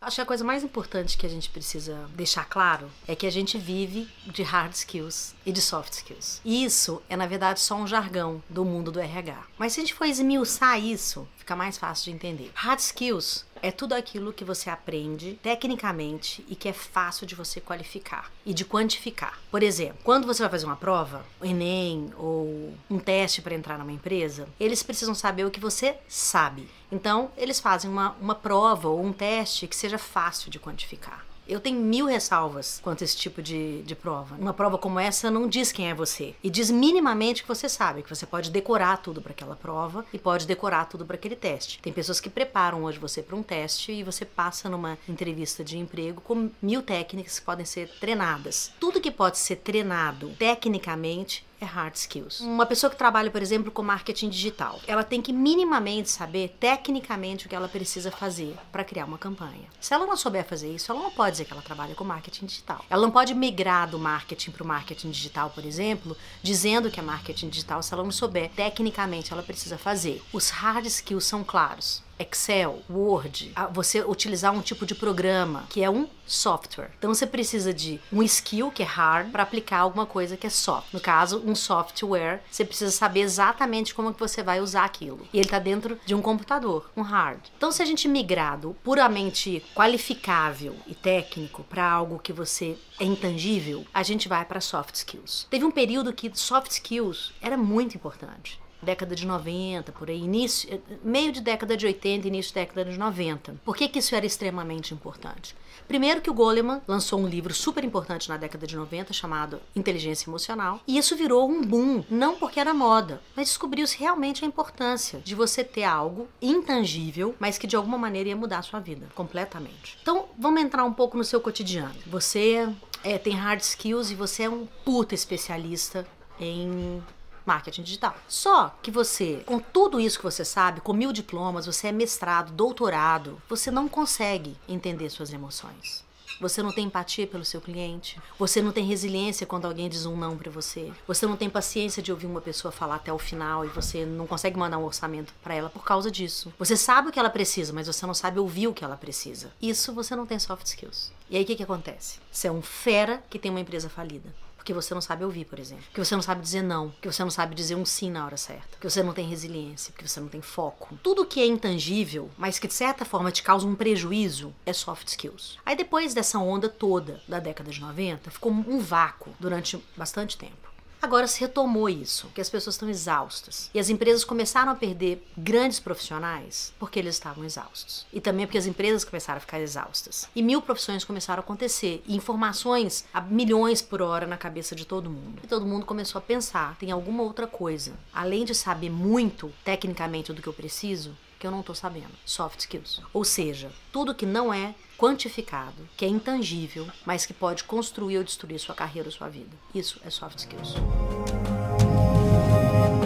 Acho que a coisa mais importante que a gente precisa deixar claro é que a gente vive de hard skills e de soft skills. E isso é, na verdade, só um jargão do mundo do RH. Mas se a gente for esmiuçar isso, fica mais fácil de entender. Hard skills é tudo aquilo que você aprende tecnicamente e que é fácil de você qualificar e de quantificar. Por exemplo, quando você vai fazer uma prova, o Enem ou um teste para entrar numa empresa, eles precisam saber o que você sabe. Então, eles fazem uma prova ou um teste que seja fácil de quantificar. Eu tenho 1000 ressalvas quanto a esse tipo de prova. Uma prova como essa não diz quem é você. E diz minimamente que você sabe, que você pode decorar tudo para aquela prova e pode decorar tudo para aquele teste. Tem pessoas que preparam hoje você para um teste e você passa numa entrevista de emprego com 1000 técnicas que podem ser treinadas. Tudo que pode ser treinado tecnicamente é hard skills. Uma pessoa que trabalha, por exemplo, com marketing digital, ela tem que minimamente saber tecnicamente o que ela precisa fazer para criar uma campanha. Se ela não souber fazer isso, ela não pode dizer que ela trabalha com marketing digital. Ela não pode migrar do marketing para o marketing digital, por exemplo, dizendo que é marketing digital se ela não souber tecnicamente ela precisa fazer. Os hard skills são claros. Excel, Word, você utilizar um tipo de programa que é um software. Então você precisa de um skill que é hard para aplicar alguma coisa que é soft. No caso, um software, você precisa saber exatamente como que você vai usar aquilo. E ele está dentro de um computador, um hard. Então se a gente migrar do puramente qualificável e técnico para algo que você é intangível, a gente vai para soft skills. Teve um período que soft skills era muito importante. Década de 90, por aí, meio de década de 80, início de década de 90. Por que isso era extremamente importante? Primeiro que o Goleman lançou um livro super importante na década de 90 chamado Inteligência Emocional, e isso virou um boom, não porque era moda, mas descobriu-se realmente a importância de você ter algo intangível, mas que de alguma maneira ia mudar a sua vida, completamente. Então, vamos entrar um pouco no seu cotidiano. Você tem hard skills e você é um puta especialista em marketing digital. Só que você, com tudo isso que você sabe, com 1000 diplomas, você é mestrado, doutorado, você não consegue entender suas emoções. Você não tem empatia pelo seu cliente, você não tem resiliência quando alguém diz um não pra você, você não tem paciência de ouvir uma pessoa falar até o final e você não consegue mandar um orçamento pra ela por causa disso. Você sabe o que ela precisa, mas você não sabe ouvir o que ela precisa. Isso você não tem soft skills. E aí o que acontece? Você é um fera que tem uma empresa falida. Porque você não sabe ouvir, por exemplo. Porque você não sabe dizer não. Porque você não sabe dizer um sim na hora certa. Porque você não tem resiliência. Porque você não tem foco. Tudo que é intangível, mas que de certa forma te causa um prejuízo, é soft skills. Aí depois dessa onda toda da década de 90, ficou um vácuo durante bastante tempo. Agora se retomou isso, porque as pessoas estão exaustas. E as empresas começaram a perder grandes profissionais porque eles estavam exaustos. E também porque as empresas começaram a ficar exaustas. E 1000 profissões começaram a acontecer. E informações a milhões por hora na cabeça de todo mundo. E todo mundo começou a pensar, tem alguma outra coisa. Além de saber muito, tecnicamente, do que eu preciso, que eu não tô sabendo. Soft skills. Ou seja, tudo que não é quantificado, que é intangível, mas que pode construir ou destruir sua carreira ou sua vida. Isso é soft skills.